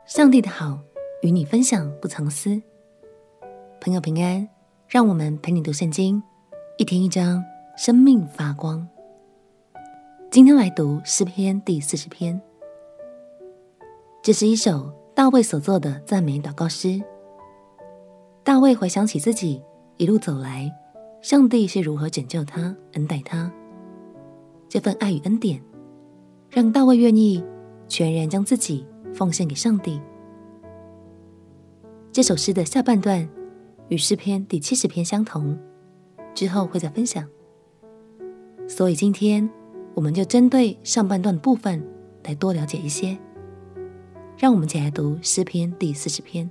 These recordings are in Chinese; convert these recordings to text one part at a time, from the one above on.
上帝的好与你分享不藏私。朋友平安，让我们陪你读圣经，一天一章，生命发光。今天来读诗篇第40篇，这是一首大卫所作的赞美祷告诗。大卫回想起自己一路走来，上帝是如何拯救他、恩待他。这份爱与恩典，让大卫愿意全然将自己奉献给上帝。这首诗的下半段与诗篇第70篇相同，之后会再分享。所以今天我们就针对上半段的部分来多了解一些。让我们一起来读诗篇第40篇。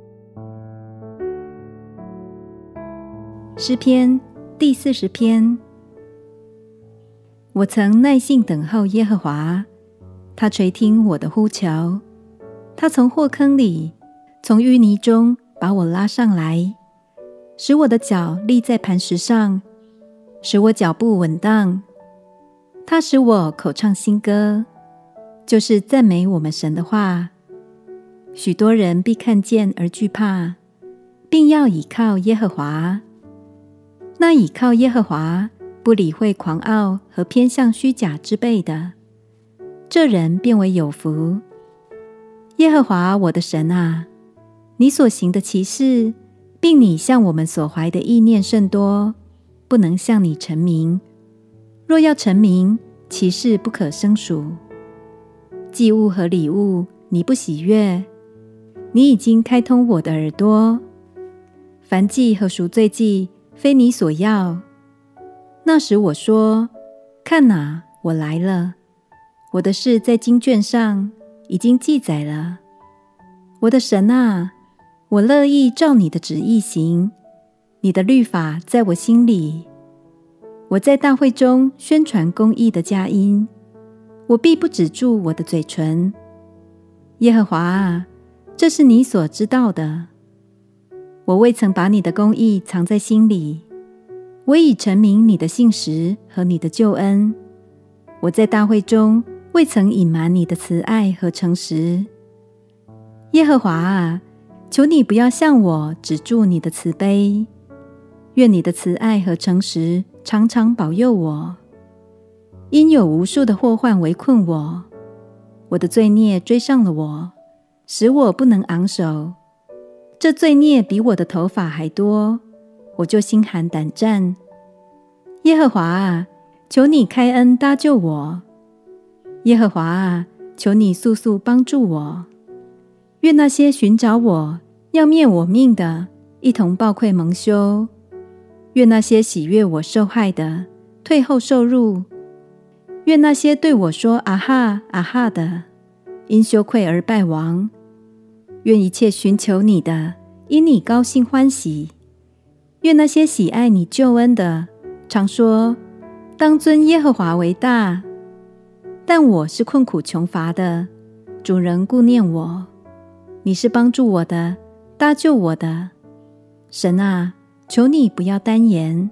诗篇第40篇。我曾耐性等候耶和华，他垂听我的呼求。他从祸坑里，从淤泥中把我拉上来，使我的脚立在磐石上，使我脚步稳当。他使我口唱新歌，就是赞美我们神的话。许多人必看见而惧怕，并要倚靠耶和华。那倚靠耶和华，不理会狂傲和偏向虚假之辈的，这人便为有福。耶和华我的神啊，你所行的奇事，并你向我们所怀的意念甚多，不能向你陈明。若要陈明，其事不可胜数。祭物和礼物，你不喜悦。你已经开通我的耳朵。燔祭和赎罪祭，非你所要。那时我说：看哪，我来了。我的事在经卷上已经记载了。我的神啊，我乐意照你的旨意行，你的律法在我心里。我在大会中宣传公义的佳音，我必不止住我的嘴唇。耶和华啊，这是你所知道的。我未曾把你的公义藏在心里，我已陈明你的信实和你的救恩。我在大会中未曾隐瞒你的慈爱和诚实。耶和华啊，求你不要向我止住你的慈悲，愿你的慈爱和诚实常常保佑我。因有无数的祸患围困我，我的罪孽追上了我，使我不能昂首。这罪孽比我的头发还多，我就心寒胆战。耶和华啊，求你开恩搭救我。耶和华啊，求你速速帮助我。愿那些寻找我要灭我命的，一同抱愧蒙羞。愿那些喜悦我受害的，退后受辱。愿那些对我说啊哈啊哈的，因羞愧而败亡。愿一切寻求你的，因你高兴欢喜。愿那些喜爱你救恩的，常说当尊耶和华为大。但我是困苦穷乏的，主仍顾念我。你是帮助我的，搭救我的。神啊，求你不要单言。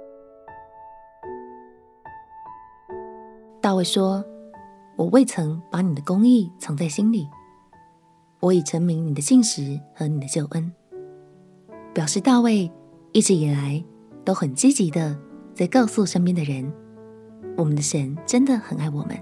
大卫说：我未曾把你的公义藏在心里，我已陈明你的信实和你的救恩。表示大卫一直以来都很积极的在告诉身边的人，我们的神真的很爱我们。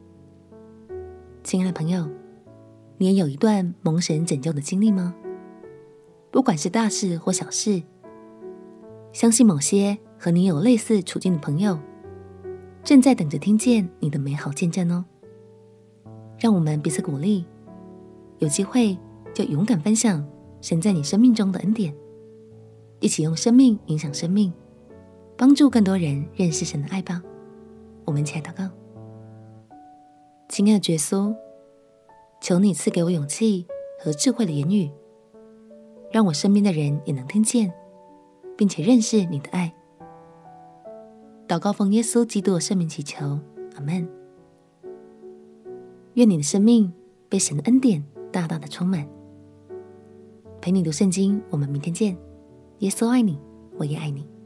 亲爱的朋友，你也有一段蒙神拯救的经历吗？不管是大事或小事，相信某些和你有类似处境的朋友正在等着听见你的美好见证哦。让我们彼此鼓励，有机会就勇敢分享神在你生命中的恩典，一起用生命影响生命，帮助更多人认识神的爱吧。我们一起来祷告。亲爱的耶稣，求你赐给我勇气和智慧的言语，让我身边的人也能听见并且认识你的爱。祷告奉耶稣基督的圣名祈求，阿们。愿你的生命被神的恩典大大的充满。陪你读圣经，我们明天见。耶稣爱你，我也爱你。